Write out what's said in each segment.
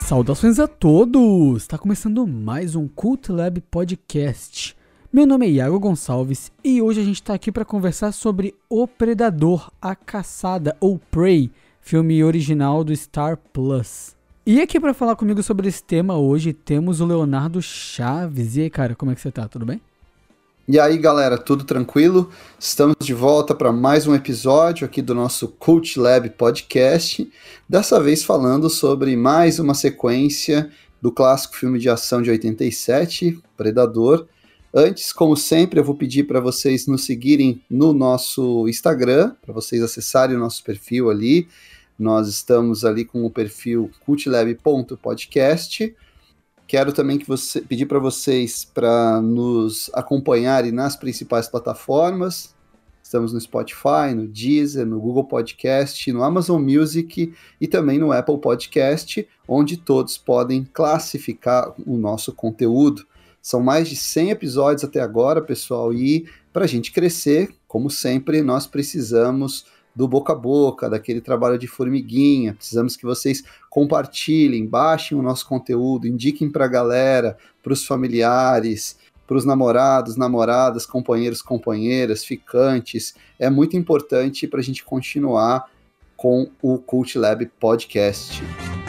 Saudações a todos! Está começando mais um Cult Lab Podcast. Meu nome é Iago Gonçalves e hoje a gente está aqui para conversar sobre O Predador, a Caçada ou Prey, filme original do Star Plus. E aqui para falar comigo sobre esse tema hoje temos o Leonardo Chaves. E aí, cara, como é que você tá? Tudo bem? E aí, galera, tudo tranquilo? Estamos de volta para mais um episódio aqui do nosso Cult Lab Podcast, dessa vez falando sobre mais uma sequência do clássico filme de ação de 87, Predador. Antes, como sempre, eu vou pedir para vocês nos seguirem no nosso Instagram, para vocês acessarem o nosso perfil ali. Nós estamos ali com o perfil cultlab.podcast. Quero também pedir para vocês para nos acompanharem nas principais plataformas. Estamos no Spotify, no Deezer, no Google Podcast, no Amazon Music e também no Apple Podcast, onde todos podem classificar o nosso conteúdo. São mais de 100 episódios até agora, pessoal, e para a gente crescer, como sempre, nós precisamos do boca a boca, daquele trabalho de formiguinha. Precisamos que vocês compartilhem, baixem o nosso conteúdo, indiquem para a galera, para os familiares, para os namorados, namoradas, companheiros, companheiras, ficantes. É muito importante para a gente continuar com o Cult Lab Podcast.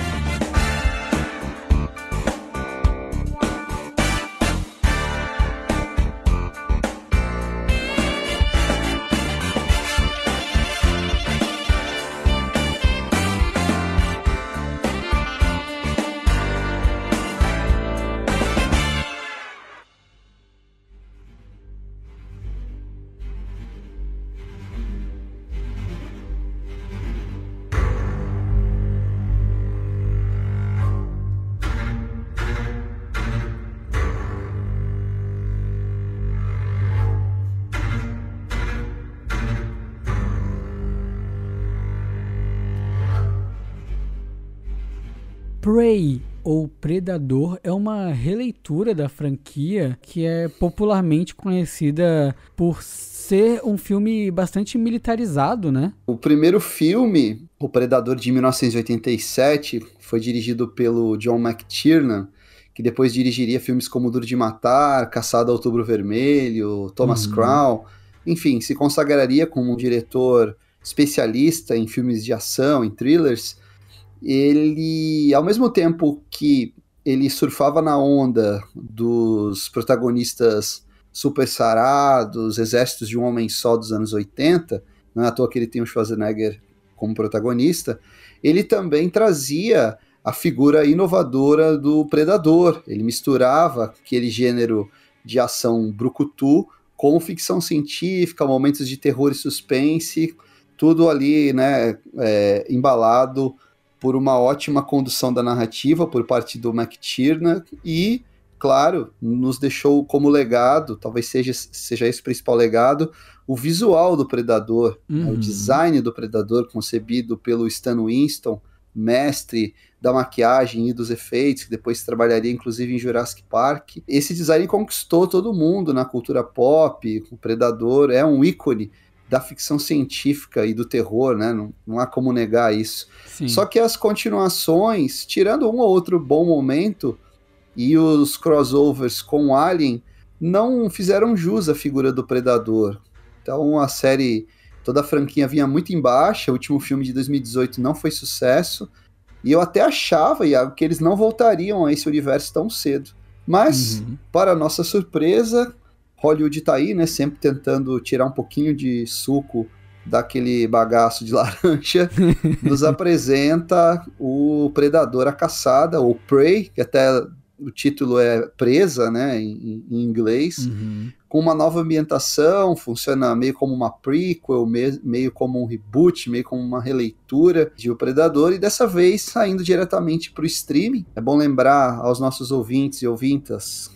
Prey, ou Predador, é uma releitura da franquia que é popularmente conhecida por ser um filme bastante militarizado, né? O primeiro filme, O Predador de 1987, foi dirigido pelo John McTiernan, que depois dirigiria filmes como Duro de Matar, Caçada a Outubro Vermelho, Thomas Crown. Enfim, se consagraria como um diretor especialista em filmes de ação, em thrillers. Ele, ao mesmo tempo que ele surfava na onda dos protagonistas super sarados, Exércitos de um Homem Só dos anos 80, não é à toa que ele tem o Schwarzenegger como protagonista, ele também trazia a figura inovadora do Predador. Ele misturava aquele gênero de ação brucutu com ficção científica, momentos de terror e suspense, tudo ali, né, embalado por uma ótima condução da narrativa por parte do McTiernan e, claro, nos deixou como legado, talvez seja esse o principal legado, o visual do Predador, né, o design do Predador concebido pelo Stan Winston, mestre da maquiagem e dos efeitos, que depois trabalharia inclusive em Jurassic Park. Esse design conquistou todo mundo na cultura pop. O Predador é um ícone da ficção científica e do terror, né? Não há como negar isso. Sim. Só que as continuações, tirando um ou outro bom momento, e os crossovers com Alien, não fizeram jus à figura do Predador. Então a série, toda a franquia vinha muito em baixa, o último filme de 2018 não foi sucesso, e eu até achava, Iago, que eles não voltariam a esse universo tão cedo. Mas, para nossa surpresa, Hollywood tá aí, né, sempre tentando tirar um pouquinho de suco daquele bagaço de laranja, nos apresenta o Predador, a Caçada, ou Prey, que até o título é presa, né, em inglês, com uma nova ambientação, funciona meio como uma prequel, meio como um reboot, meio como uma releitura de O Predador, e dessa vez saindo diretamente para o streaming. É bom lembrar aos nossos ouvintes e ouvintas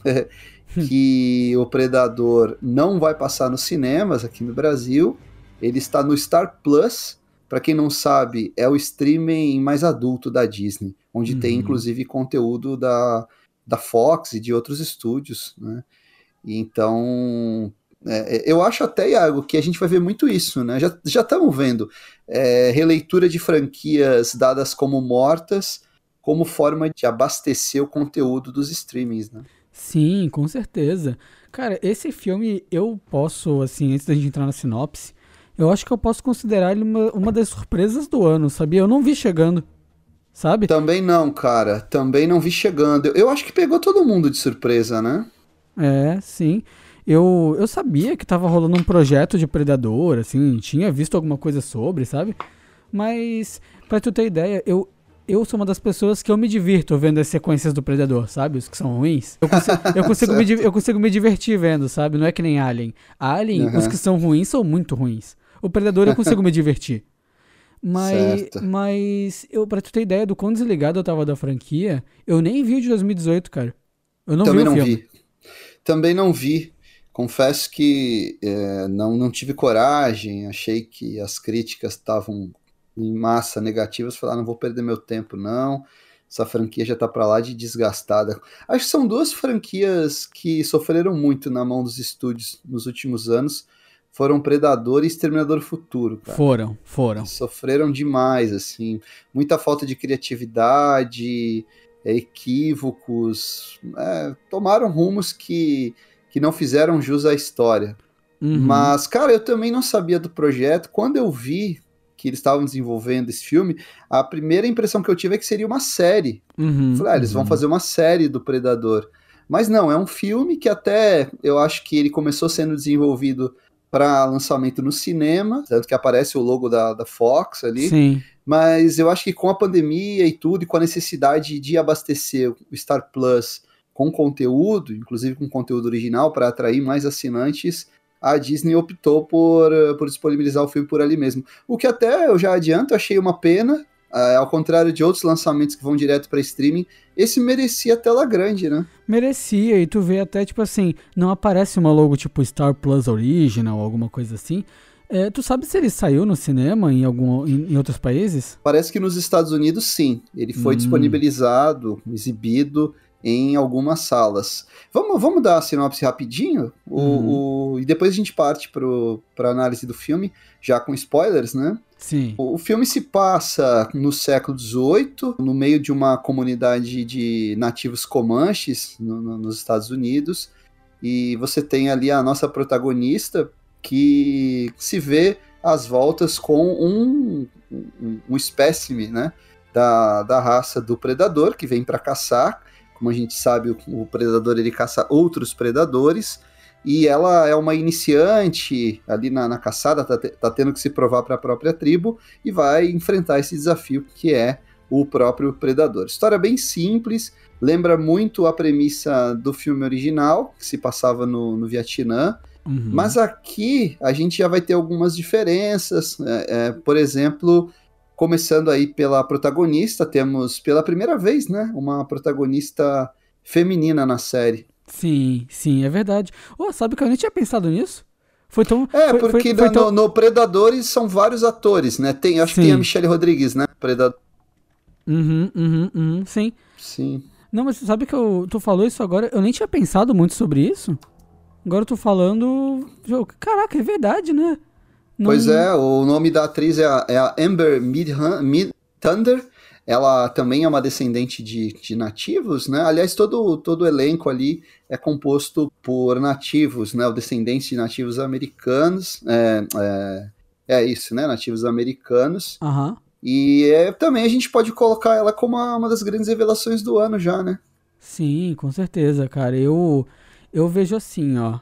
que o Predador não vai passar nos cinemas aqui no Brasil, ele está no Star Plus. Para quem não sabe, é o streaming mais adulto da Disney, onde tem inclusive conteúdo da Fox e de outros estúdios, né? E então, eu acho até, Iago, que a gente vai ver muito isso, né? Já estamos vendo releitura de franquias dadas como mortas como forma de abastecer o conteúdo dos streamings, né? Sim, com certeza. Cara, esse filme eu posso, assim, antes da gente entrar na sinopse, eu acho que eu posso considerar ele uma das surpresas do ano, sabia? Eu não vi chegando, sabe? Também não, cara. Também não vi chegando. Eu acho que pegou todo mundo de surpresa, né? É, sim. Eu sabia que tava rolando um projeto de Predador, assim, tinha visto alguma coisa sobre, sabe? Mas, pra tu ter ideia, eu sou uma das pessoas que eu me divirto vendo as sequências do Predador, sabe? Os que são ruins. Certo. Eu consigo me divertir vendo, sabe? Não é que nem Alien. Alien, os que Aham. são ruins são muito ruins. O Predador eu consigo me divertir. Certo. Pra tu ter ideia do quão desligado eu tava da franquia, eu nem vi o de 2018, cara. Eu não vi Também o não filme. vi. Também não vi. Confesso que não tive coragem, achei que as críticas estavam em massa negativas, falei, não vou perder meu tempo, não. Essa franquia já tá pra lá de desgastada. Acho que são duas franquias que sofreram muito na mão dos estúdios nos últimos anos. Foram Predador e Exterminador Futuro, cara. Foram. Sofreram demais, assim. Muita falta de criatividade, equívocos. Tomaram rumos que não fizeram jus à história. Uhum, Mas, cara, eu também não sabia do projeto. Quando eu vi que eles estavam desenvolvendo esse filme, a primeira impressão que eu tive é que seria uma série. Eu uhum, falei, eles vão uhum. fazer uma série do Predador. Mas não, é um filme que até eu acho que ele começou sendo desenvolvido para lançamento no cinema, tanto que aparece o logo da Fox ali. Sim. Mas eu acho que com a pandemia e tudo, e com a necessidade de abastecer o Star Plus com conteúdo, inclusive com conteúdo original, para atrair mais assinantes, a Disney optou por disponibilizar o filme por ali mesmo. O que até, eu já adianto, achei uma pena, ao contrário de outros lançamentos que vão direto para streaming, esse merecia tela grande, né? Merecia, e tu vê até, tipo assim, não aparece uma logo tipo Star Plus Original ou alguma coisa assim. É, tu sabe se ele saiu no cinema em outros países? Parece que nos Estados Unidos, sim. Ele foi Hum, disponibilizado, exibido em algumas salas. Vamos dar a sinopse rapidinho? uhum, E depois a gente parte para análise do filme, já com spoilers, né? sim. O filme se passa no século XVIII, no meio de uma comunidade de nativos comanches nos Estados Unidos, e você tem ali a nossa protagonista que se vê às voltas com um espécime, né, da raça do predador, que vem para caçar. Como a gente sabe, o predador ele caça outros predadores, e ela é uma iniciante ali na caçada, tá tendo que se provar para a própria tribo, e vai enfrentar esse desafio que é o próprio predador. História bem simples, lembra muito a premissa do filme original, que se passava no Vietnã, Uhum. mas aqui a gente já vai ter algumas diferenças. Por exemplo, começando aí pela protagonista, temos pela primeira vez, né, uma protagonista feminina na série. Sim, sim, é verdade. Oh, sabe que eu nem tinha pensado nisso? Foi tão. Porque Foi tão. no Predadores são vários atores, né? Acho que tem a Sim. Michelle Rodrigues, né? Predador. Uhum, uhum, uhum, sim. Sim. Não, mas sabe que tu falou isso agora? Eu nem tinha pensado muito sobre isso. Agora eu tô falando. Caraca, é verdade, né? Pois Não. é, o nome da atriz é a Amber Thunder. Ela também é uma descendente de nativos, né? Aliás, todo o elenco ali é composto por nativos, né? O descendentes de nativos americanos. É isso, né? Nativos americanos. Aham. E também a gente pode colocar ela como uma das grandes revelações do ano já, né? Sim, com certeza, cara. Eu vejo assim, ó.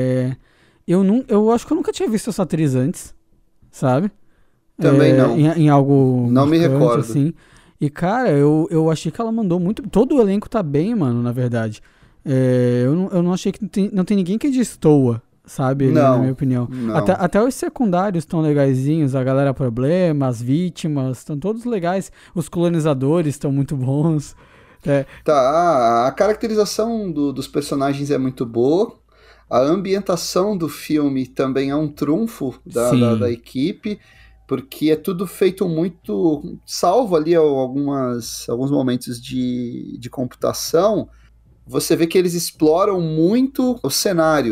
Eu acho que eu nunca tinha visto essa atriz antes, sabe? Também não. Em algo Não me marcante, recordo. assim. E, cara, eu achei que ela mandou muito. Todo o elenco tá bem, mano, na verdade. Eu não achei que não tem ninguém que destoa, sabe? Ali, na minha Não, opinião. não. Até os secundários estão legaisinhos, a galera problema, as vítimas, estão todos legais. Os colonizadores estão muito bons. É, Tá, a caracterização dos personagens é muito boa. A ambientação do filme também é um trunfo da sim. equipe, porque é tudo feito muito. Salvo ali alguns momentos de computação, você vê que eles exploram muito os cenários.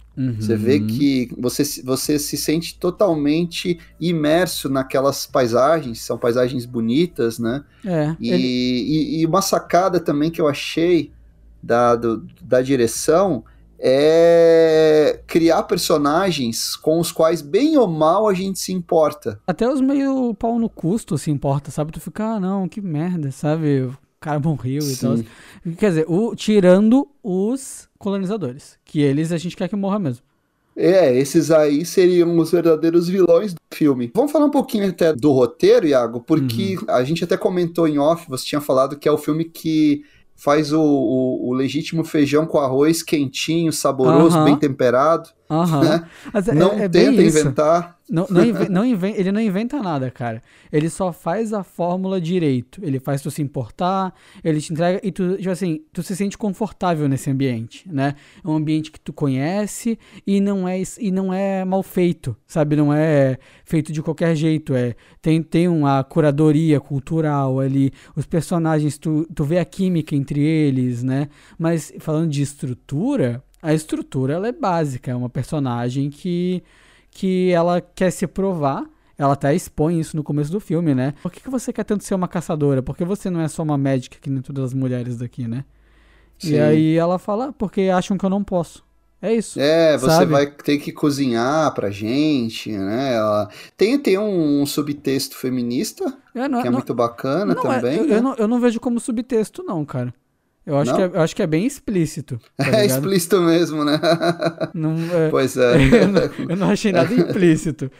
Você vê Uhum. que você se sente totalmente imerso naquelas paisagens, são paisagens bonitas, né? É, ele. E uma sacada também que eu achei da direção é criar personagens com os quais, bem ou mal, a gente se importa. Até os meio pau no custo se importa, sabe? Tu fica, ah, não, que merda, sabe? O cara morreu e tal. Sim. Quer dizer, tirando os colonizadores, que eles a gente quer que morra mesmo. Esses aí seriam os verdadeiros vilões do filme. Vamos falar um pouquinho até do roteiro, Iago, porque Uhum. a gente até comentou em off, você tinha falado que é o filme que faz o legítimo feijão com arroz quentinho, saboroso, bem Aham, temperado, aham. né? Mas Não é bem tenta isso. inventar. Ele não inventa nada, cara. Ele só faz a fórmula direito. Ele faz tu se importar, ele te entrega e tu, tipo assim, tu se sente confortável nesse ambiente, né? É um ambiente que tu conhece e não é mal feito, sabe? Não é feito de qualquer jeito. Tem uma curadoria cultural ali. Os personagens, tu vê a química entre eles, né? Mas falando de estrutura, a estrutura ela é básica. É uma personagem que ela quer se provar. Ela até expõe isso no começo do filme, né? Por que você quer tanto ser uma caçadora? Porque você não é só uma médica que nem todas as mulheres daqui, né? E Sim. aí ela fala, porque acham que eu não posso. É isso, Você sabe? vai ter que cozinhar pra gente, né? Tem um subtexto feminista, É, não, que é não, muito bacana não é, também, né? eu não vejo como subtexto, não, cara. Não? Eu acho que é bem explícito, tá É ligado? explícito mesmo, né? Não, é, Pois é. eu não achei nada implícito.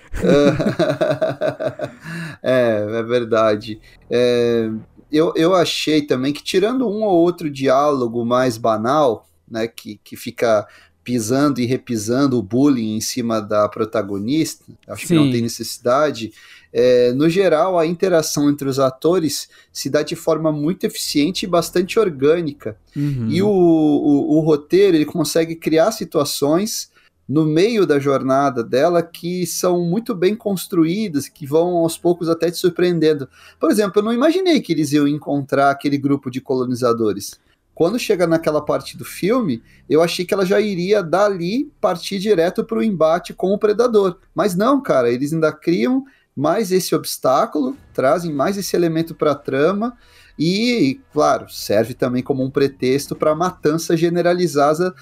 É verdade. É, eu achei também que, tirando um ou outro diálogo mais banal, né, que fica pisando e repisando o bullying em cima da protagonista, acho que não tem Sim. necessidade. No geral, a interação entre os atores se dá de forma muito eficiente e bastante orgânica. E Uhum. o roteiro ele consegue criar situações no meio da jornada dela que são muito bem construídas, que vão aos poucos até te surpreendendo. Por exemplo, eu não imaginei que eles iam encontrar aquele grupo de colonizadores. Quando chega naquela parte do filme, eu achei que ela já iria dali partir direto para o embate com o predador. Mas não, cara, eles ainda criam mais esse obstáculo, trazem mais esse elemento para a trama e, claro, serve também como um pretexto para a matança generalizada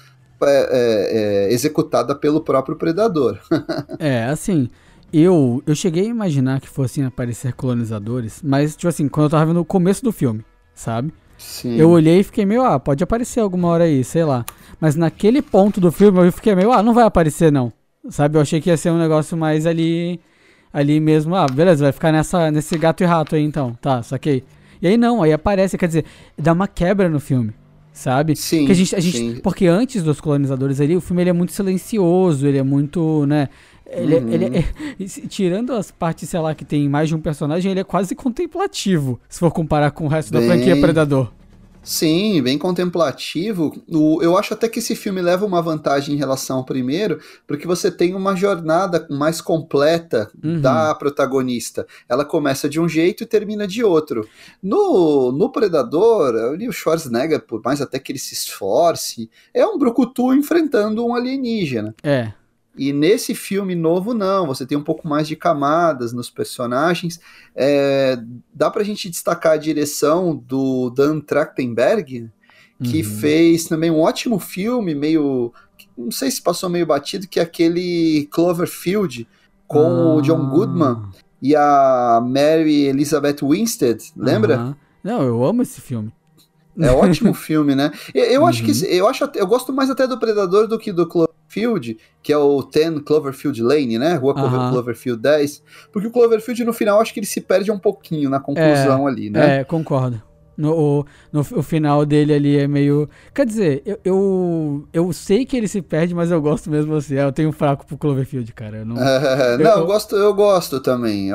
executada pelo próprio predador. Assim, eu cheguei a imaginar que fossem aparecer colonizadores, mas, tipo assim, quando eu tava vendo o começo do filme, sabe? Eu Sim. olhei e fiquei meio, pode aparecer alguma hora aí, sei lá. Mas naquele ponto do filme eu fiquei meio, não vai aparecer não. Sabe? Eu achei que ia ser um negócio mais ali mesmo. Beleza, vai ficar nesse gato e rato aí então. Tá, saquei. E aí não, aí aparece, quer dizer, dá uma quebra no filme, sabe? Que Sim, sim. porque antes dos colonizadores ali, o filme ele é muito silencioso, ele é muito, né? Uhum. Tirando as partes, sei lá, que tem mais de um personagem, ele é quase contemplativo, se for comparar com o resto da franquia Bem. Predador. Sim, bem contemplativo. Eu acho até que esse filme leva uma vantagem em relação ao primeiro, porque você tem uma jornada mais completa Uhum. da protagonista. Ela começa de um jeito e termina de outro. No Predador, ali o Schwarzenegger, por mais até que ele se esforce, é um brucutu enfrentando um alienígena. É. E nesse filme novo, não, você tem um pouco mais de camadas nos personagens. É, dá pra gente destacar a direção do Dan Trachtenberg, que Uhum. fez também um ótimo filme, meio. Não sei se passou meio batido, que é aquele Cloverfield, com o John Goodman Ah. e a Mary Elizabeth Winstead, lembra? Aham. Não, eu amo esse filme. É ótimo filme, né? Eu acho que Uhum. eu gosto mais até do Predador do que do Cloverfield, que é o 10 Cloverfield Lane, né? Rua Aham. Cloverfield 10. Porque o Cloverfield no final acho que ele se perde um pouquinho na É, conclusão ali, né? concordo. O final dele ali é meio. Quer dizer, eu sei que ele se perde, mas eu gosto mesmo assim. Eu tenho um fraco pro Cloverfield, cara. Eu não. Não, Eu, eu gosto também.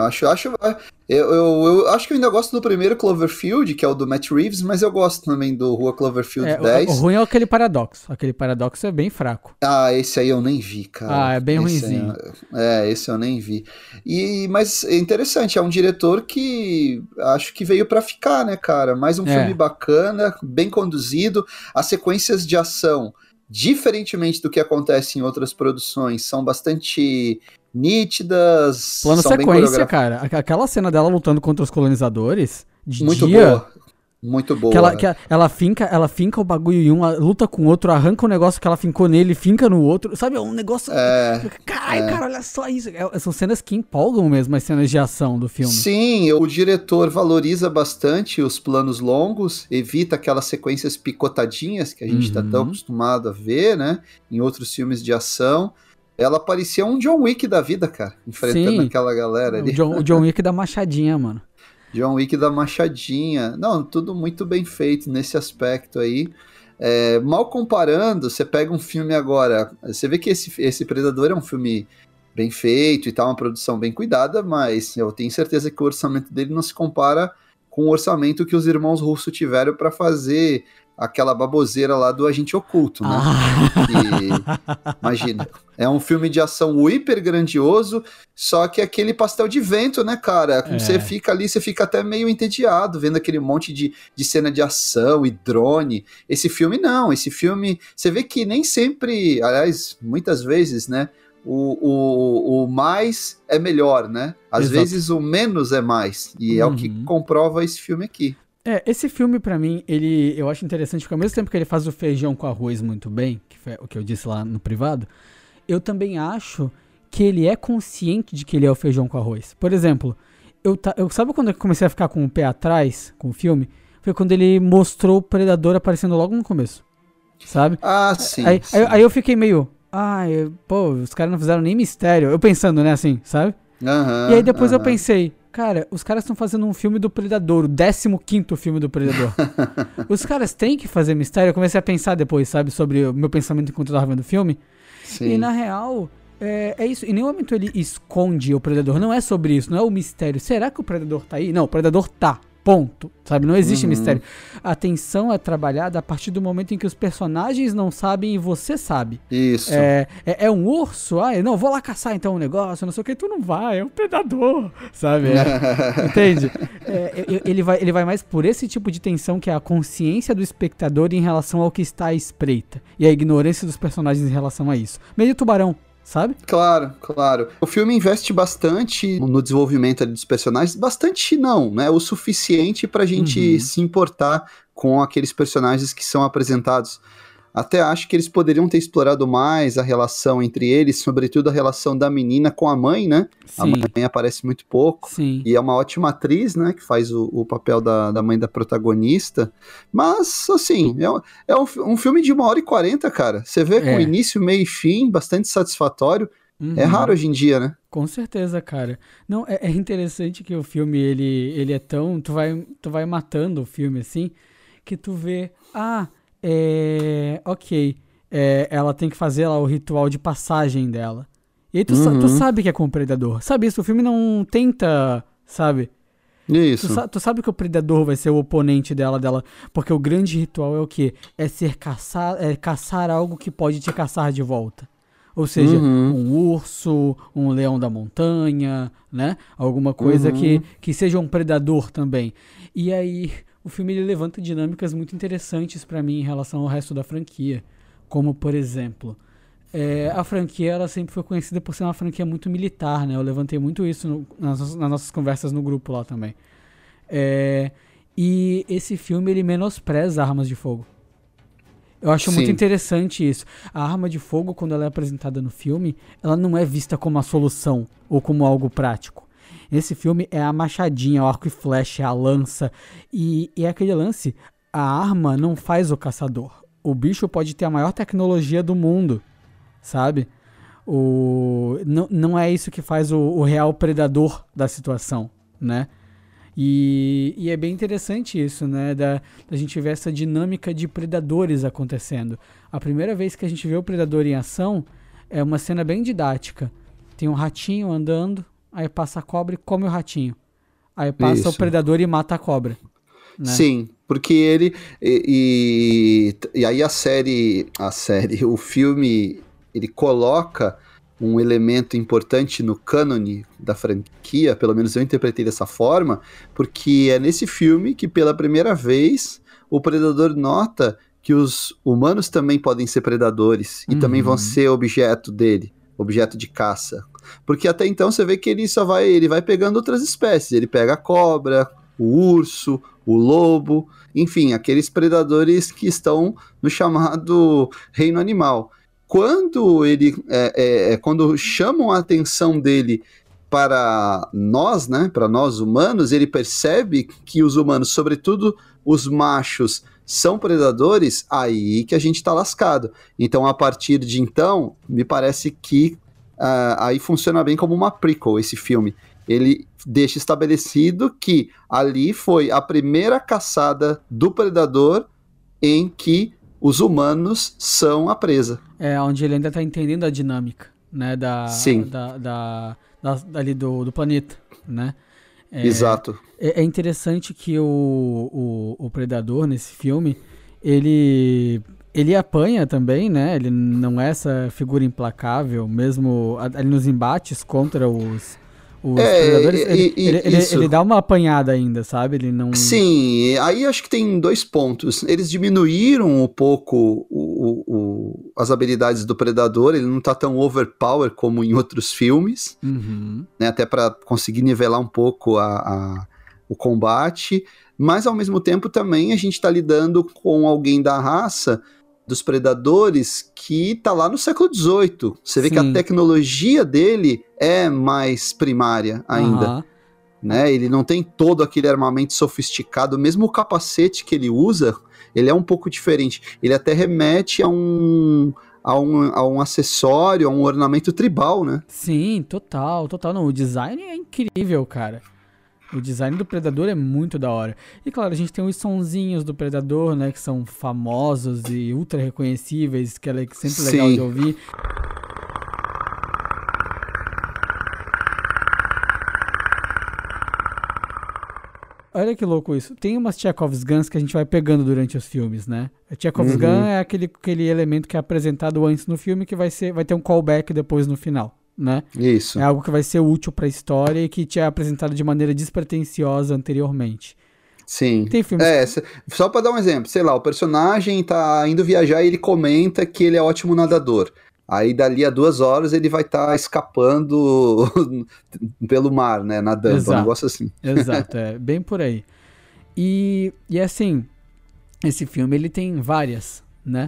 Eu acho que eu ainda gosto do primeiro Cloverfield, que é o do Matt Reeves, mas eu gosto também do Rua Cloverfield o 10. ruim é aquele paradoxo. Aquele paradoxo é bem fraco. Esse aí eu nem vi, cara. É bem ruinzinho. Esse eu nem vi. Mas é interessante, é um diretor que acho que veio pra ficar, né, cara? Mais um filme É. bacana, bem conduzido. As sequências de ação diferentemente do que acontece em outras produções, são bastante nítidas, Plano são bem sequência, cara. Aquela cena dela lutando contra os colonizadores, de muito dia, boa, muito boa. ela finca o bagulho em um, luta com o outro, arranca o negócio que ela fincou nele, finca no outro, sabe? É um negócio... Caralho, cara, olha só isso. São cenas que empolgam mesmo, as cenas de ação do filme. Sim, o diretor valoriza bastante os planos longos, evita aquelas sequências picotadinhas que a gente tá tão acostumado a ver, né? Em outros filmes de ação. Ela parecia um John Wick da vida, cara, enfrentando aquela galera ali. O John Wick da machadinha, mano. John Wick da machadinha. Não, tudo muito bem feito nesse aspecto aí. Mal comparando, você pega um filme agora, você vê que esse Predador é um filme bem feito e tal, uma produção bem cuidada, mas eu tenho certeza que o orçamento dele não se compara com o orçamento que os irmãos Russo tiveram para fazer aquela baboseira lá do Agente Oculto, né? Imagina, é um filme de ação hiper grandioso, só que aquele pastel de vento, né, cara? Você fica ali, você fica até meio entediado vendo aquele monte de cena de ação e drone. Esse filme não, você vê que nem sempre, aliás, muitas vezes, né, o mais é melhor, né? Às vezes o menos é mais, e é o que comprova esse filme aqui. Esse filme, pra mim, eu acho interessante, porque ao mesmo tempo que ele faz o feijão com arroz muito bem, que foi o que eu disse lá no privado, eu também acho que ele é consciente de que ele é o feijão com arroz. Por exemplo, sabe quando eu comecei a ficar com o pé atrás com o filme? Foi quando ele mostrou o Predador aparecendo logo no começo, sabe? Ah, sim. Aí eu fiquei meio... pô, os caras não fizeram nem mistério. Eu pensando, né, assim, sabe? E aí depois eu pensei... Cara, os caras estão fazendo um filme do Predador, o 15º filme do Predador. Os caras têm que fazer mistério. Eu comecei a pensar depois, sabe, sobre o meu pensamento enquanto eu tava vendo o filme. Sim. E na real, é isso. Em nenhum momento ele esconde o Predador. Não é sobre isso, não é o mistério. Será que o Predador tá aí? Não, o Predador tá. Ponto. Sabe? Não existe mistério. A tensão é trabalhada a partir do momento em que os personagens não sabem e você sabe. Isso. É um urso? Não, vou lá caçar então um negócio, não sei o que. Tu não vai, é um predador. Sabe? Entende? Ele vai mais por esse tipo de tensão, que é a consciência do espectador em relação ao que está à espreita. E a ignorância dos personagens em relação a isso. Meio Tubarão. Sabe? Claro. O filme investe bastante no desenvolvimento ali dos personagens, bastante não, né? O suficiente pra gente se importar com aqueles personagens que são apresentados. Até acho que eles poderiam ter explorado mais a relação entre eles, sobretudo a relação da menina com a mãe, né? Sim. A mãe aparece muito pouco. Sim. E é uma ótima atriz, né? Que faz o papel da mãe da protagonista. Mas, assim, é um filme de 1h40, cara. Você vê com início, meio e fim, bastante satisfatório. É raro hoje em dia, né? Com certeza, cara. Não, é interessante que o filme, ele é tão... Tu vai matando o filme, assim, que tu vê... ela tem que fazer lá o ritual de passagem dela. E aí tu sabe que é com o Predador. Sabe isso? O filme não tenta, sabe? Isso. Tu sabe que o Predador vai ser o oponente dela. Porque o grande ritual é o quê? É caçar algo que pode te caçar de volta. Ou seja, um urso, um leão da montanha, né? Alguma coisa que seja um predador também. E aí... O filme ele levanta dinâmicas muito interessantes pra mim em relação ao resto da franquia. Como, por exemplo, a franquia ela sempre foi conhecida por ser uma franquia muito militar, né? Eu levantei muito isso nas nossas conversas no grupo lá também. E esse filme ele menospreza armas de fogo. Eu acho muito interessante isso. A arma de fogo, quando ela é apresentada no filme, ela não é vista como a solução ou como algo prático. Esse filme é a machadinha, o arco e flecha, a lança. E é aquele lance, a arma não faz o caçador. O bicho pode ter a maior tecnologia do mundo, sabe? Não é isso que faz o real predador da situação, né? E é bem interessante isso, né? Da gente ver essa dinâmica de predadores acontecendo. A primeira vez que a gente vê o predador em ação é uma cena bem didática. Tem um ratinho andando, aí passa a cobra e come o ratinho. Aí passa o predador e mata a cobra. Né? Sim, porque ele... E aí o filme, ele coloca um elemento importante no cânone da franquia, pelo menos eu interpretei dessa forma, porque é nesse filme que pela primeira vez o predador nota que os humanos também podem ser predadores e também vão ser objeto dele, objeto de caça. Porque até então você vê que ele vai pegando outras espécies. Ele pega a cobra, o urso, o lobo, enfim, aqueles predadores que estão no chamado reino animal. Quando quando chamam a atenção dele para nós, né, para nós humanos, ele percebe que os humanos, sobretudo os machos, são predadores, aí que a gente tá lascado. Então, a partir de então, me parece que aí funciona bem como uma prequel, esse filme. Ele deixa estabelecido que ali foi a primeira caçada do predador em que os humanos são a presa. É, onde ele ainda tá entendendo a dinâmica, né, Sim. ali do planeta, né? Exato. É interessante que o Predador, nesse filme, ele apanha também, né? Ele não é essa figura implacável, mesmo ali nos embates contra os predadores. Ele dá uma apanhada ainda, sabe? Ele não... Sim, aí acho que tem 2 pontos. Eles diminuíram um pouco as habilidades do Predador, ele não tá tão overpower como em outros filmes, né? Até para conseguir nivelar um pouco o combate, mas ao mesmo tempo também a gente tá lidando com alguém da raça dos predadores que tá lá no século XVIII. Você vê que a tecnologia dele é mais primária ainda. Né? Ele não tem todo aquele armamento sofisticado, mesmo o capacete que ele usa, ele é um pouco diferente. Ele até remete a um acessório, a um ornamento tribal, né? Sim, total. Não, o design é incrível, cara. O design do Predador é muito da hora. E claro, a gente tem os sonzinhos do Predador, né? Que são famosos e ultra reconhecíveis, que é sempre legal de ouvir. Olha que louco isso. Tem umas Chekhov's Guns que a gente vai pegando durante os filmes, né? A Chekhov's Gun é aquele elemento que é apresentado antes no filme que vai ter um callback depois no final, né? Isso. É algo que vai ser útil pra história e que te é apresentado de maneira despretensiosa anteriormente. Sim. Tem filmes... Só pra dar um exemplo, sei lá, o personagem tá indo viajar e ele comenta que ele é ótimo nadador. Aí dali a 2 horas ele vai estar escapando pelo mar, né, nadando, Exato. Um negócio assim. Exato, é bem por aí. E assim, esse filme ele tem várias, né?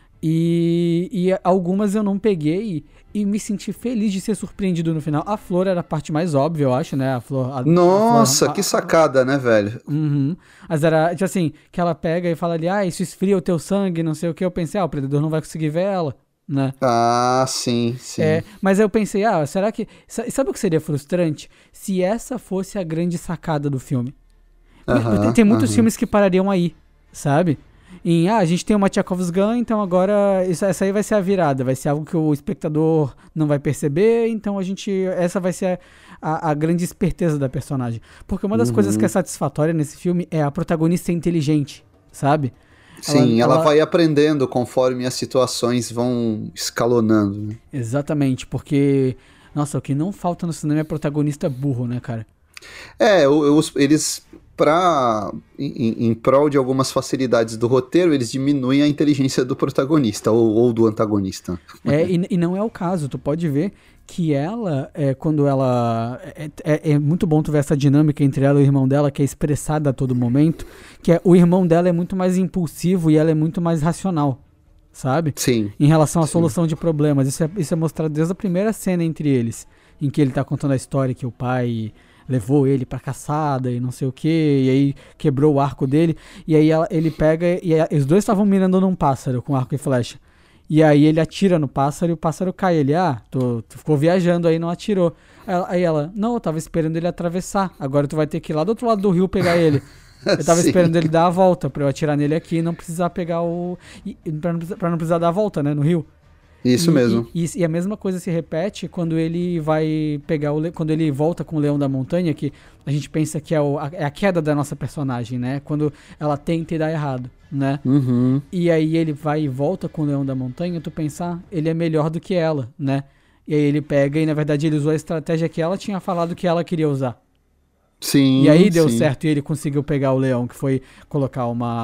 E algumas eu não peguei e me senti feliz de ser surpreendido no final. A flor era a parte mais óbvia, eu acho, né? Nossa, que sacada, né, velho? Mas era, tipo assim, que ela pega e fala ali, isso esfria o teu sangue, não sei o que. Eu pensei, o predador não vai conseguir ver ela, né? Ah, sim. Mas aí eu pensei, será que... Sabe o que seria frustrante? Se essa fosse a grande sacada do filme. Tem muitos filmes que parariam aí, sabe? A gente tem uma Chekhov's Gun, então agora essa aí vai ser a virada, vai ser algo que o espectador não vai perceber, então essa vai ser a grande esperteza da personagem. Porque uma das coisas que é satisfatória nesse filme é a protagonista ser inteligente, sabe? Sim, ela vai aprendendo conforme as situações vão escalonando, né? Exatamente, porque, nossa, o que não falta no cinema é protagonista burro, né, cara? Eles, em prol de algumas facilidades do roteiro, eles diminuem a inteligência do protagonista ou do antagonista. E não é o caso, tu pode ver que ela, quando ela... É muito bom tu ver essa dinâmica entre ela e o irmão dela, que é expressada a todo momento, que o irmão dela é muito mais impulsivo e ela é muito mais racional, sabe? Sim. Em relação à solução de problemas. Isso é mostrado desde a primeira cena entre eles, em que ele tá contando a história que o pai levou ele pra caçada e não sei o que, e aí quebrou o arco dele, e aí ele pega, os dois estavam mirando num pássaro com arco e flecha. E aí ele atira no pássaro e o pássaro cai. Ele, tu ficou viajando aí, não atirou. Aí ela, não, eu tava esperando ele atravessar. Agora tu vai ter que ir lá do outro lado do rio pegar ele. Eu tava esperando ele dar a volta pra eu atirar nele aqui e não precisar pegar pra não precisar dar a volta, né, no rio. Isso mesmo. E a mesma coisa se repete quando ele vai pegar quando ele volta com o Leão da Montanha, que a gente pensa que é a queda da nossa personagem, né? Quando ela tenta e dá errado, né? E aí ele vai e volta com o Leão da Montanha, tu pensar, ele é melhor do que ela, né? E aí ele pega e na verdade ele usou a estratégia que ela tinha falado que ela queria usar. Sim, E aí deu sim. certo e ele conseguiu pegar o leão, que foi colocar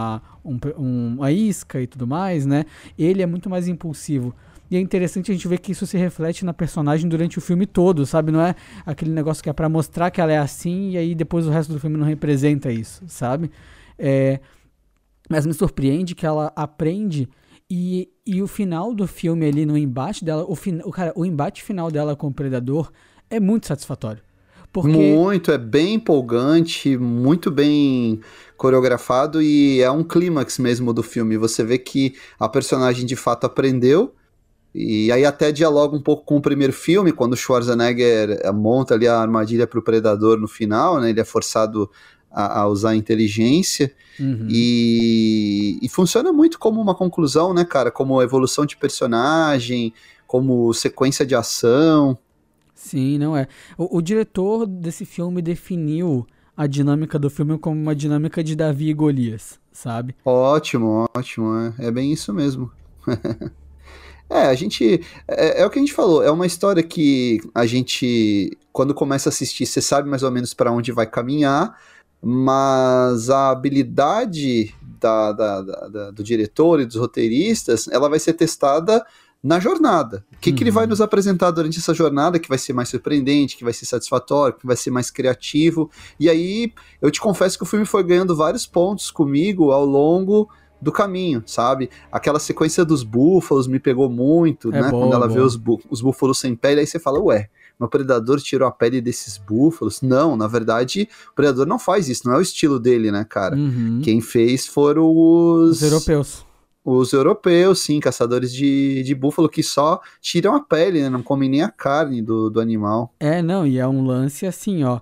uma isca e tudo mais, né? Ele é muito mais impulsivo. E é interessante a gente ver que isso se reflete na personagem durante o filme todo, sabe? Não é aquele negócio que é pra mostrar que ela é assim e aí depois o resto do filme não representa isso, sabe? É, mas me surpreende que ela aprende e o final do filme ali no embate dela, cara, o embate final dela com o Predador é muito satisfatório. Porque Muito, é bem empolgante, muito bem coreografado e é um clímax mesmo do filme. Você vê que a personagem de fato aprendeu. E aí até dialoga um pouco com o primeiro filme, quando o Schwarzenegger monta ali a armadilha para o Predador no final, né? Ele é forçado a usar a inteligência. uhum. E funciona muito como uma conclusão, né, cara? Como evolução de personagem, como sequência de ação. Sim, não é. O diretor desse filme definiu a dinâmica do filme como uma dinâmica de Davi e Golias, sabe? Ótimo, ótimo. É bem isso mesmo. A gente. É o que a gente falou, é uma história que a gente, quando começa a assistir, você sabe mais ou menos para onde vai caminhar, mas a habilidade do diretor e dos roteiristas, ela vai ser testada na jornada. O que ele vai Uhum. nos apresentar durante essa jornada que vai ser mais surpreendente, que vai ser satisfatório, que vai ser mais criativo. E aí, eu te confesso que o filme foi ganhando vários pontos comigo ao longo do caminho, sabe? Aquela sequência dos búfalos me pegou muito, É né? Quando boa, é ela vê boa. os búfalos sem pele, aí você fala, ué, meu predador tirou a pele desses búfalos? Não, na verdade, o predador não faz isso, não é o estilo dele, né, cara? Uhum. Quem fez foram Os europeus. os europeus, sim, caçadores de búfalo que só tiram a pele, né? Não comem nem a carne do animal. É, não, e é um lance assim, ó.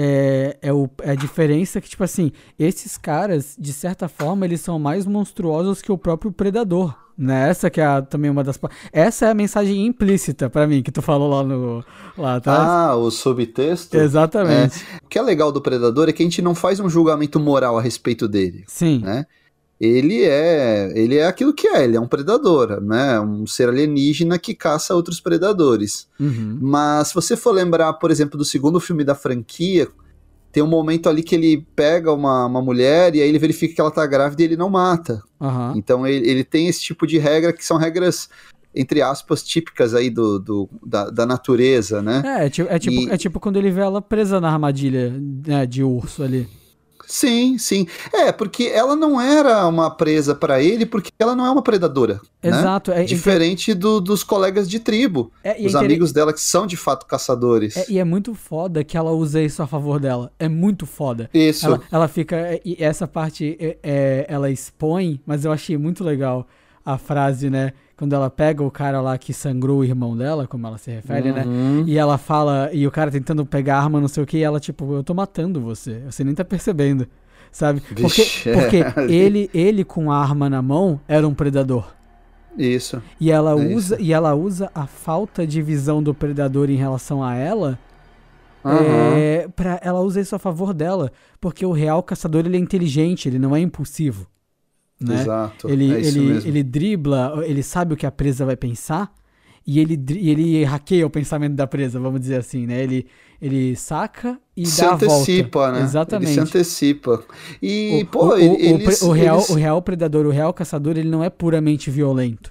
É a diferença que, tipo assim, esses caras, de certa forma, eles são mais monstruosos que o próprio Predador. Né? Essa que é também uma das. Essa é a mensagem implícita pra mim, que tu falou lá atrás. Ah, o subtexto? É, Exatamente. o que é legal do Predador é que a gente não faz um julgamento moral a respeito dele, Sim. né? Ele é aquilo que é, ele é um predador, né? Um ser alienígena que caça outros predadores. Uhum. Mas se você for lembrar, por exemplo, do segundo filme da franquia, tem um momento ali que ele pega uma mulher e aí ele verifica que ela tá grávida e ele não mata. Aham. Então ele tem esse tipo de regra que são regras, entre aspas, típicas aí da natureza, né? É tipo quando ele vê ela presa na armadilha, né, de urso ali. Sim, sim. Porque ela não era uma presa para ele, porque ela não é uma predadora, né? Exato. Diferente dos colegas de tribo, É, e é os amigos dela que são de fato caçadores. e é muito foda que ela usa isso a favor dela. É muito foda. Isso. Ela fica. E essa parte ela expõe, mas eu achei muito legal a frase, né? Quando ela pega o cara lá que sangrou o irmão dela, como ela se refere, né? Uhum. E ela fala, e o cara tentando pegar a arma, não sei o que, e ela, tipo, eu tô matando você nem tá percebendo, sabe? Vixe, Porque ele com a arma na mão era um predador. Isso. E Isso. ela usa a falta de visão do predador em relação a ela. Uhum. Ela usa isso a favor dela. Porque o real caçador ele é inteligente, ele não é impulsivo. Né? Exato. É isso mesmo. Ele dribla, ele sabe o que a presa vai pensar. E ele hackeia o pensamento da presa, vamos dizer assim, né? Ele saca e Se dá a volta. antecipa, né? Ele se Exatamente. antecipa. O, E, o, pô, o, o, real, eles... o real predador, o real caçador, ele não é puramente violento.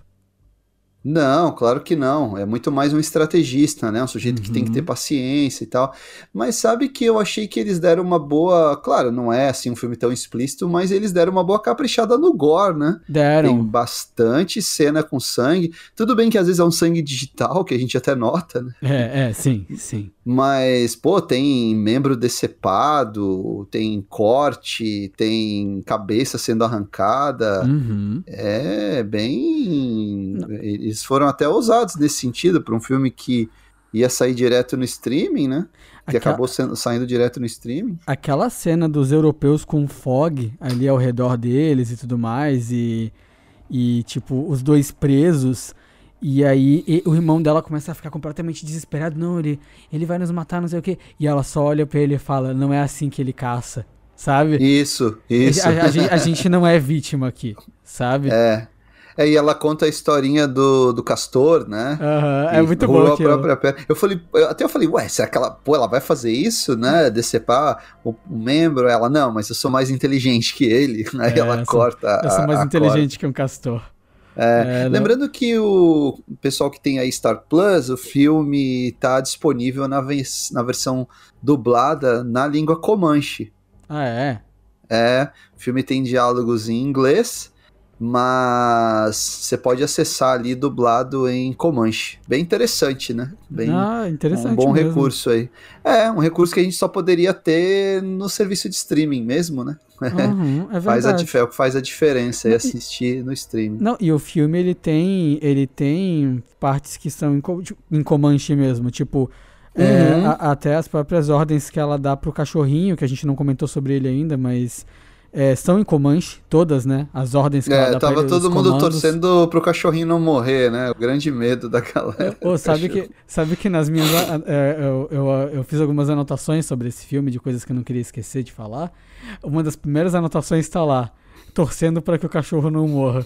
Não, claro que não. É muito mais um estrategista, né? Um sujeito que tem que ter Uhum. paciência e tal. Mas sabe que eu achei que eles deram uma boa. Claro, não é assim um filme tão explícito, mas eles deram uma boa caprichada no gore, né? Tem Deram. bastante cena com sangue. Tudo bem que às vezes é um sangue digital, que a gente até nota, né? Sim, sim. Mas, pô, tem membro decepado, tem corte, tem cabeça sendo arrancada. Uhum. É bem. Não, Eles foram até ousados nesse sentido, para um filme que ia sair direto no streaming, né? Que aquela, acabou saindo direto no streaming. aquela cena dos europeus com fog ali ao redor deles e tudo mais, e tipo, os dois presos. E aí o irmão dela começa a ficar completamente desesperado. Não, ele vai nos matar, não sei o quê. E ela só olha pra ele e fala, não é assim que ele caça, sabe? Isso, isso. A gente não é vítima aqui, sabe? É. E ela conta a historinha do castor, né? É E muito bom roeu a aquilo. própria perna. Eu falei, ué, será que ela vai fazer isso, né? Decepar o membro? Ela, não, mas eu sou mais inteligente que ele. Aí ela corta Eu sou mais a corda. inteligente que um castor. Não. Lembrando que o pessoal que tem aí Star Plus, o filme tá disponível na versão dublada na língua Comanche. Ah, é? O filme tem diálogos em inglês, mas você pode acessar ali dublado em Comanche. Bem interessante, né? Interessante Um bom mesmo. recurso aí. Um recurso que a gente só poderia ter no serviço de streaming mesmo, né? É verdade. Faz a diferença aí assistir no streaming. Não, e o filme ele tem partes que são em Comanche mesmo, tipo, até as próprias ordens que ela dá pro cachorrinho, que a gente não comentou sobre ele ainda, mas são em Comanche, todas, né? As ordens que ela dá pra ele, Tava todo os mundo comandos. torcendo pro cachorrinho não morrer, né? O grande medo da galera. Sabe que nas minhas. Eu fiz algumas anotações sobre esse filme, de coisas que eu não queria esquecer de falar. Uma das primeiras anotações tá lá, torcendo para que o cachorro não morra.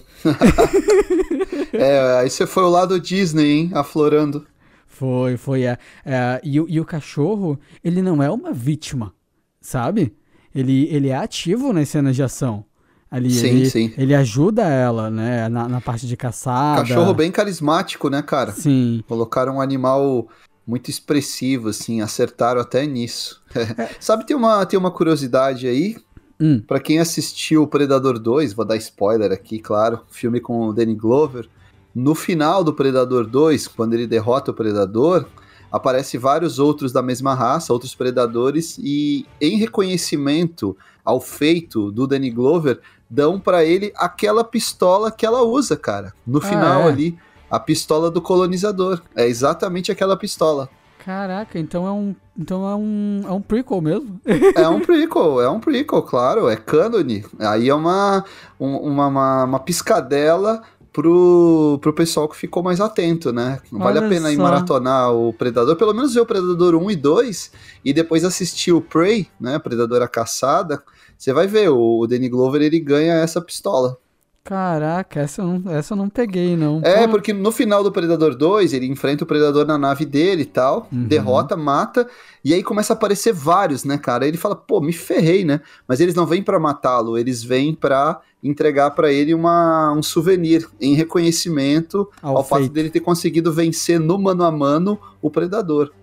Aí você foi o lado Disney, hein? Aflorando. Foi. E o cachorro, ele não é uma vítima, sabe? Ele é ativo nas cenas de ação. Ali, Sim. Ele ajuda ela, né? Na parte de caçada. Cachorro bem carismático, né, cara? Sim. Colocaram um animal muito expressivo, assim, acertaram até nisso. Sabe, tem uma curiosidade aí. Pra quem assistiu Predador 2, vou dar spoiler aqui, claro, filme com o Danny Glover. No final do Predador 2, quando ele derrota o Predador, aparece vários outros da mesma raça, outros predadores, e em reconhecimento ao feito do Danny Glover, dão pra ele aquela pistola que ela usa, cara. No final ali, a pistola do colonizador. É exatamente aquela pistola. Caraca, então é um prequel mesmo? É um prequel, claro, é cânone. Aí é uma piscadela pro pessoal que ficou mais atento, né? Vale a pena ir maratonar o Predador, pelo menos ver o Predador 1 e 2, e depois assistir o Prey, né? Predador a Caçada. Você vai ver, o Danny Glover, ele ganha essa pistola. Caraca, essa eu não peguei, não. Porque no final do Predador 2, ele enfrenta o Predador na nave dele e tal, derrota, mata, e aí começa a aparecer vários, né, cara? Aí ele fala, pô, me ferrei, né? Mas eles não vêm pra matá-lo, eles vêm pra entregar pra ele um souvenir, em reconhecimento ao fato dele ter conseguido vencer no mano a mano o Predador.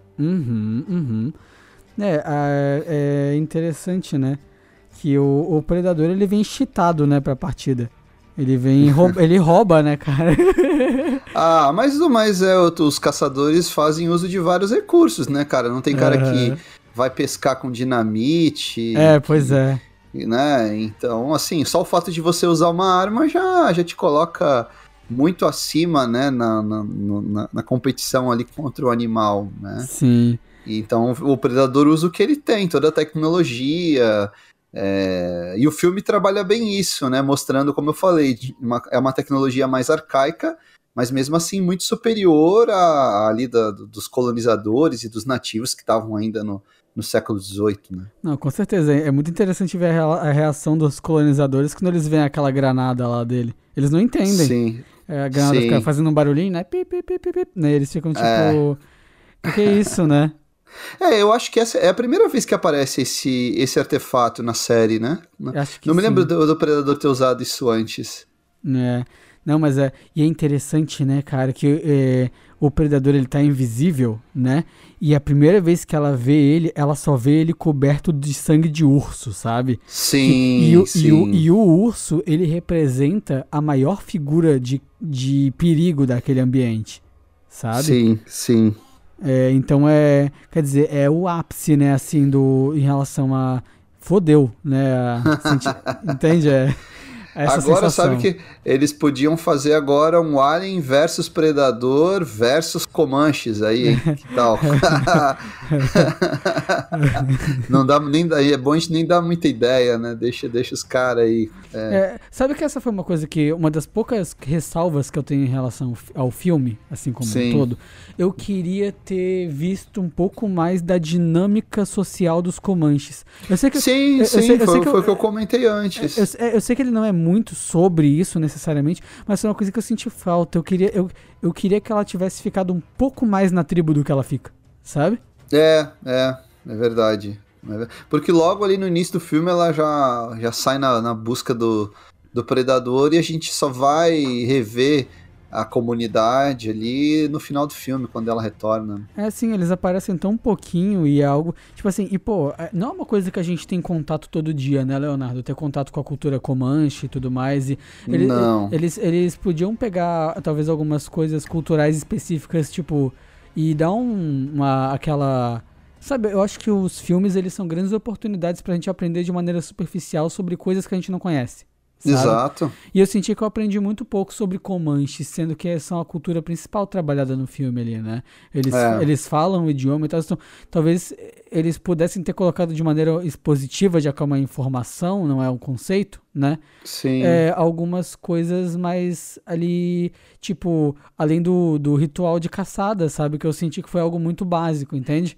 É interessante, né? Que o Predador, ele vem cheatado, né, pra partida. Ele rouba, né, cara? Mas os caçadores fazem uso de vários recursos, né, cara? Não tem cara que vai pescar com dinamite. Pois é. Né? Então, assim, só o fato de você usar uma arma já te coloca muito acima, né, na competição ali contra o animal, né? Sim. Então, o predador usa o que ele tem, toda a tecnologia. E o filme trabalha bem isso, né? Mostrando, como eu falei, é uma tecnologia mais arcaica, mas mesmo assim muito superior ali dos colonizadores e dos nativos que estavam ainda no século XVIII, né? Não, com certeza. É muito interessante ver a reação dos colonizadores quando eles veem aquela granada lá dele. Eles não entendem. Sim. A granada fica fazendo um barulhinho, né? Pip, pip, pip, pip, né? Eles ficam tipo... O que é isso, né? Eu acho que essa é a primeira vez que aparece esse artefato na série, né? Acho que não me sim. lembro do Predador ter usado isso antes. Não, mas e é interessante, né, cara, que o Predador, ele tá invisível, né? E a primeira vez que ela vê ele, ela só vê ele coberto de sangue de urso, sabe? Sim, sim. E o urso, ele representa a maior figura de perigo daquele ambiente, sabe? Sim. Então quer dizer, é o ápice, né, assim, em relação a fodeu, né, entende? Essa agora sensação. Sabe que eles podiam fazer agora um Alien versus Predador versus Comanches aí, hein? Que tal? Não dá nem, é bom a gente nem dar muita ideia, né? Deixa os caras aí. Sabe que essa foi uma das poucas ressalvas que eu tenho em relação ao filme, assim como um todo. Eu queria ter visto um pouco mais da dinâmica social dos Comanches. Eu sei que foi o que eu comentei antes. Eu sei que ele não é muito sobre isso necessariamente, mas é uma coisa que eu senti falta. Eu queria que ela tivesse ficado um pouco mais na tribo do que ela fica, sabe? É verdade. Porque logo ali no início do filme ela já sai na busca do predador e a gente só vai rever a comunidade ali no final do filme, quando ela retorna. É assim, eles aparecem tão pouquinho e é algo, tipo assim, e pô, não é uma coisa que a gente tem contato todo dia, né, Leonardo? Ter contato com a cultura Comanche e tudo mais, e Não. eles podiam pegar talvez algumas coisas culturais específicas, tipo, e dar aquela... Sabe, eu acho que os filmes, eles são grandes oportunidades pra gente aprender de maneira superficial sobre coisas que a gente não conhece. Sabe? Exato. E eu senti que eu aprendi muito pouco sobre Comanche, sendo que são a cultura principal trabalhada no filme ali, né? Eles falam o idioma e tal, então talvez eles pudessem ter colocado de maneira expositiva, já que é uma informação, não é um conceito, né? Sim. Algumas coisas mais ali, tipo, além do ritual de caçada, sabe? Que eu senti que foi algo muito básico, entende?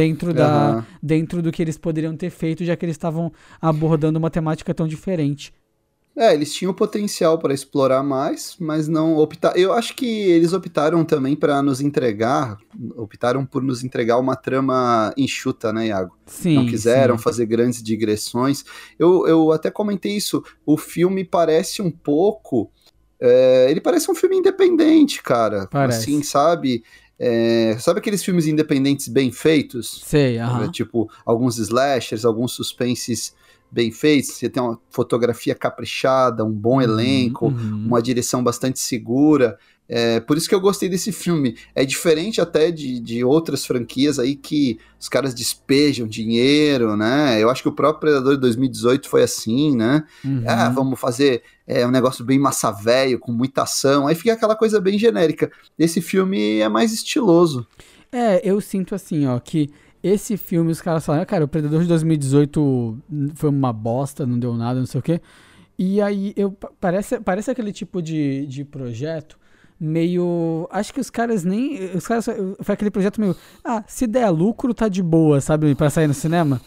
Dentro do que eles poderiam ter feito, já que eles estavam abordando uma temática tão diferente. Eles tinham potencial para explorar mais, mas não optaram. Eu acho que eles optaram também para optaram por nos entregar uma trama enxuta, né, Iago? Sim, não quiseram sim. fazer grandes digressões. Eu até comentei isso. O filme parece um pouco. Ele parece um filme independente, cara. Parece. Assim, sabe? Sabe aqueles filmes independentes bem feitos? Sei, aham. Tipo, alguns slashers, alguns suspenses bem feitos, você tem uma fotografia caprichada, um bom elenco, uma direção bastante segura. Por isso que eu gostei desse filme. É diferente até de outras franquias aí que os caras despejam dinheiro, né? Eu acho que o próprio Predador de 2018 foi assim, né? Vamos fazer um negócio bem massa velho, com muita ação. Aí fica aquela coisa bem genérica. Esse filme é mais estiloso. Eu sinto assim, ó, que esse filme, os caras falaram, cara, o Predador de 2018 foi uma bosta, não deu nada, não sei o quê. E aí, parece aquele tipo de projeto meio... Acho que os caras nem... Foi aquele projeto meio... se der lucro, tá de boa, sabe? Pra sair no cinema.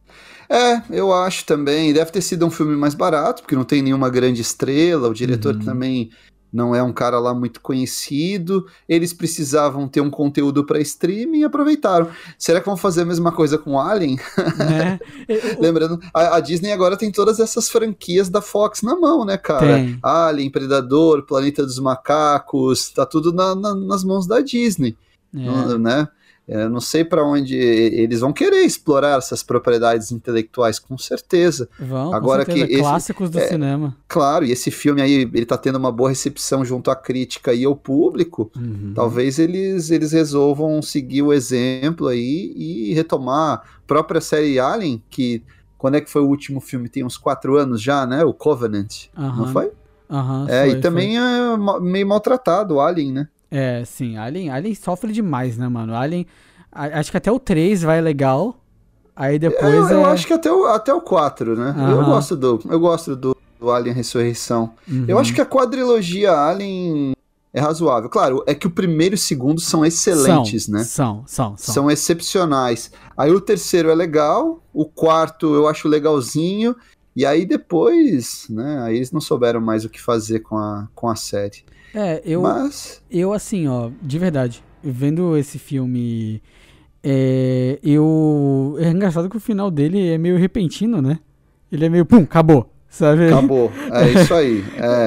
Eu acho também. Deve ter sido um filme mais barato, porque não tem nenhuma grande estrela. O diretor também não é um cara lá muito conhecido. Eles precisavam ter um conteúdo para streaming e aproveitaram. Será que vão fazer a mesma coisa com Alien? Né? Lembrando, a Disney agora tem todas essas franquias da Fox na mão, né, cara? Tem. Alien, Predador, Planeta dos Macacos, tá tudo nas mãos da Disney, né? Eu não sei para onde eles vão querer explorar essas propriedades intelectuais, com certeza. Vão, agora com certeza. Que clássicos do cinema. Claro, e esse filme aí, ele tá tendo uma boa recepção junto à crítica e ao público. Talvez eles resolvam seguir o exemplo aí e retomar a própria série Alien, que quando é que foi o último filme? Tem uns 4 anos já, né? O Covenant, não foi? Foi, e também é meio maltratado o Alien, né? Sim, Alien sofre demais, né, mano? Alien, acho que até o 3 vai legal, aí depois eu acho que até o 4, né? Eu gosto do Alien Ressurreição. Eu acho que a quadrilogia Alien é razoável. Claro, é que o primeiro e o segundo são excelentes, né? São excepcionais. Aí o terceiro é legal, o quarto eu acho legalzinho, e aí depois, né, aí eles não souberam mais o que fazer com a série. Eu assim, ó, de verdade, vendo esse filme, é engraçado que o final dele é meio repentino, né? Ele é meio, pum, acabou, sabe? Acabou, é isso aí,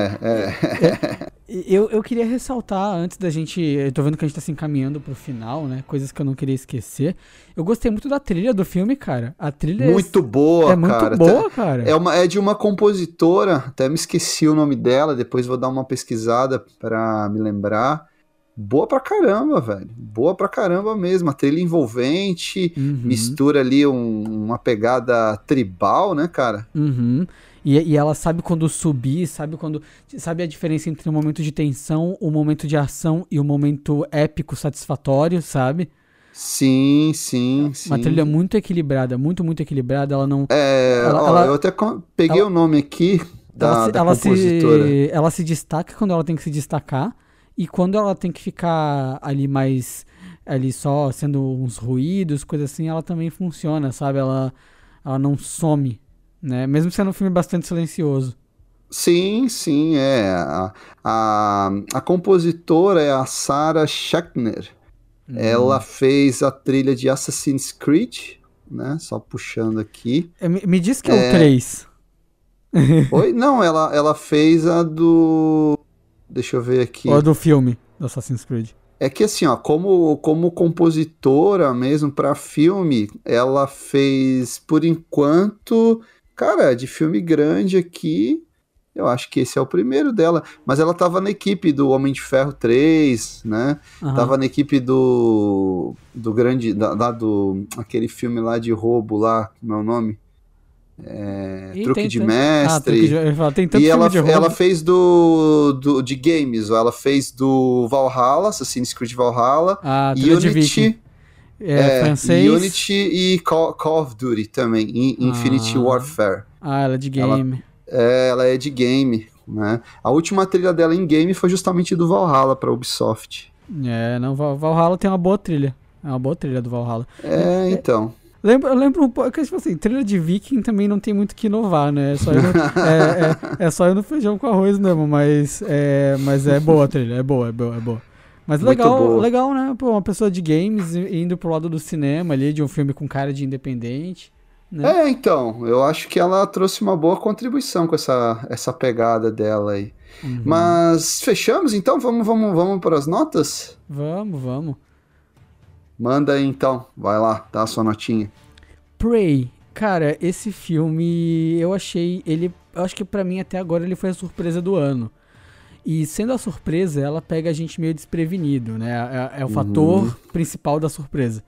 Eu queria ressaltar, antes da gente, eu tô vendo que a gente tá se encaminhando pro final, né, coisas que eu não queria esquecer. Eu gostei muito da trilha do filme, cara. A trilha muito boa, cara. Muito boa, cara. É de uma compositora, até me esqueci o nome dela, depois vou dar uma pesquisada pra me lembrar. Boa pra caramba, velho. Boa pra caramba mesmo. A trilha envolvente, mistura ali uma pegada tribal, né, cara? E ela sabe quando subir, sabe a diferença entre o momento de tensão, o momento de ação e o momento épico satisfatório, sabe? Sim. Uma trilha muito equilibrada, muito equilibrada. Ela não. Eu até peguei o nome aqui da compositora. Ela se destaca quando ela tem que se destacar, e quando ela tem que ficar ali mais. Ali só sendo uns ruídos, coisas assim, ela também funciona, sabe? Ela não some, né? Mesmo sendo um filme bastante silencioso. Sim, sim, a compositora é a Sarah Schachner. Ela Hum. fez a trilha de Assassin's Creed, né? Só puxando aqui. Me diz que é o 3. Oi? Não, ela fez a do. Deixa eu ver Ou é aqui. do filme do Assassin's Creed? É que assim, ó, como compositora mesmo para filme, ela fez, por enquanto, cara, de filme grande aqui, eu acho que esse é o primeiro dela. Mas ela tava na equipe do Homem de Ferro 3, né? Aham. Tava na equipe do grande, do aquele filme lá de roubo lá, como é o nome? E Truque de Truque de... Mestre. eu ia falar, tem E tanto filme de ela roubo. fez de games, ela fez do Valhalla, Assassin's Creed Valhalla, Trilha de Viking. Unity, Francês. Unity e Call of Duty também, Infinity Ah, Warfare. ela é de Ela, game. ela é de game, né? A última trilha dela em game foi justamente do Valhalla para Ubisoft. Não, Valhalla tem uma boa trilha. É uma boa trilha do Valhalla. Então. Eu lembro um pouco que, tipo assim, trilha de Viking também não tem muito o que inovar, né? É só ir no feijão com arroz mesmo, mas é boa a trilha, é boa, é boa, é boa. Mas Muito legal, boa. legal, né? Pô, uma pessoa de games indo pro lado do cinema ali, de um filme com cara de independente, né? Então, eu acho que ela trouxe uma boa contribuição com essa pegada dela aí. Uhum. Mas fechamos, então? Vamos para as notas? Vamos, vamos. Manda aí, então. Vai lá, dá a sua notinha. Prey, cara, esse filme eu achei ele, eu acho que pra mim até agora ele foi a surpresa do ano. E sendo a surpresa, ela pega a gente meio desprevenido, né? É o Uhum. fator principal da surpresa.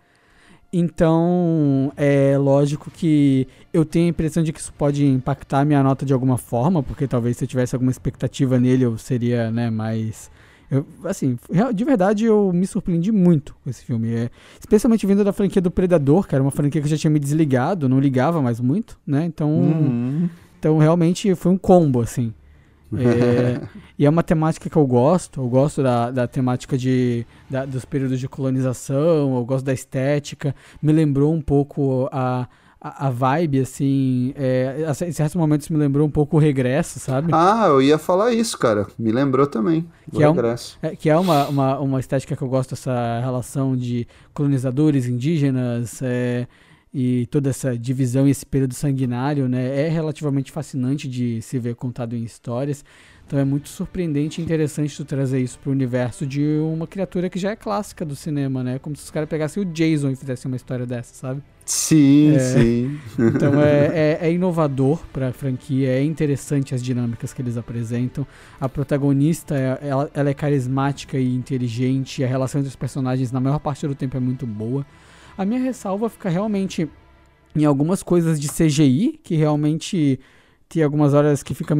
Então, é lógico que eu tenho a impressão de que isso pode impactar a minha nota de alguma forma, porque talvez se eu tivesse alguma expectativa nele, eu seria, né, mais... assim, de verdade, eu me surpreendi muito com esse filme. Especialmente vindo da franquia do Predador, que era uma franquia que eu já tinha me desligado, não ligava mais muito, né? Uhum. Então realmente foi um combo, assim. E é uma temática que eu gosto da temática dos períodos de colonização, eu gosto da estética, me lembrou um pouco a vibe, assim, em certos momentos me lembrou um pouco o Regresso, sabe? Ah, eu ia falar isso, cara. Me lembrou também, do Que é, um, Regresso. que é uma estética que eu gosto, essa relação de colonizadores indígenas, e toda essa divisão e esse período sanguinário, né, é relativamente fascinante de se ver contado em histórias. Então é muito surpreendente e interessante tu trazer isso para o universo de uma criatura que já é clássica do cinema, né? Como se os caras pegassem o Jason e fizessem uma história dessa, sabe? Sim, sim. Então é inovador para a franquia, é interessante as dinâmicas que eles apresentam. A protagonista, ela é carismática e inteligente, a relação entre os personagens na maior parte do tempo é muito boa. A minha ressalva fica realmente em algumas coisas de CGI, que realmente tem algumas horas que fica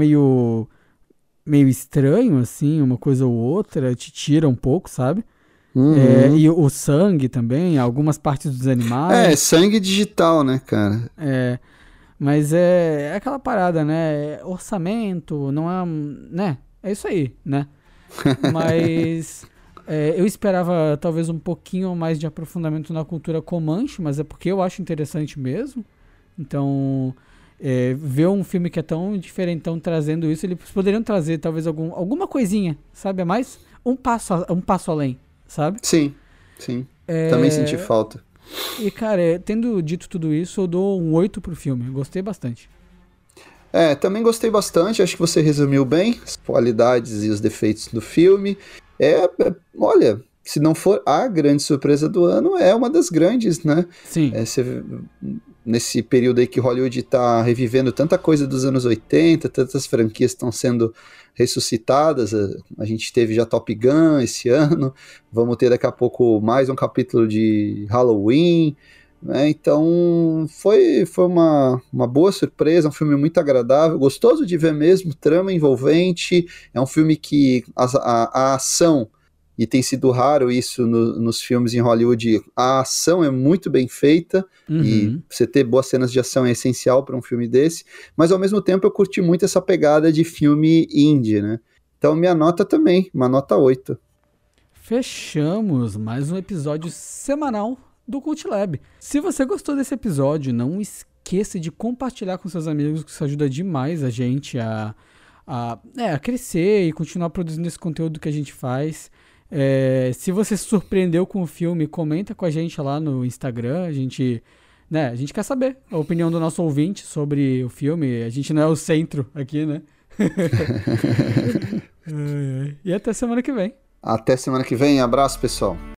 meio estranho, assim, uma coisa ou outra, te tira um pouco, sabe? Uhum. E o sangue também, algumas partes dos animais. Sangue digital, né, cara? Mas é aquela parada, né? Orçamento, não é. Né? É isso aí, né? Mas eu esperava talvez um pouquinho mais de aprofundamento na cultura Comanche, mas é porque eu acho interessante mesmo. Então, ver um filme que é tão diferentão trazendo isso, eles poderiam trazer talvez alguma coisinha, sabe? A mais um passo além, sabe? Sim, sim. Também senti falta. E, cara, tendo dito tudo isso, eu dou um 8 pro filme. Gostei bastante. Também gostei bastante, acho que você resumiu bem as qualidades e os defeitos do filme. Olha, se não for a grande surpresa do ano, é uma das grandes, né? Sim. Nesse período aí que Hollywood está revivendo tanta coisa dos anos 80, tantas franquias estão sendo ressuscitadas. A gente teve já Top Gun esse ano, vamos ter daqui a pouco mais um capítulo de Halloween, né? Então foi uma boa surpresa, um filme muito agradável, gostoso de ver mesmo, trama envolvente, é um filme que a ação, e tem sido raro isso nos filmes em Hollywood, a ação é muito bem feita, e Uhum. você ter boas cenas de ação é essencial para um filme desse, mas ao mesmo tempo eu curti muito essa pegada de filme indie, né? Então minha nota também, uma nota 8. Fechamos mais um episódio semanal do Cult Lab. Se você gostou desse episódio, não esqueça de compartilhar com seus amigos, que isso ajuda demais a gente a crescer e continuar produzindo esse conteúdo que a gente faz. Se você se surpreendeu com o filme, comenta com a gente lá no Instagram. A gente quer saber a opinião do nosso ouvinte sobre o filme. A gente não é o centro aqui, né? E até semana que vem. Até semana que vem. Abraço, pessoal.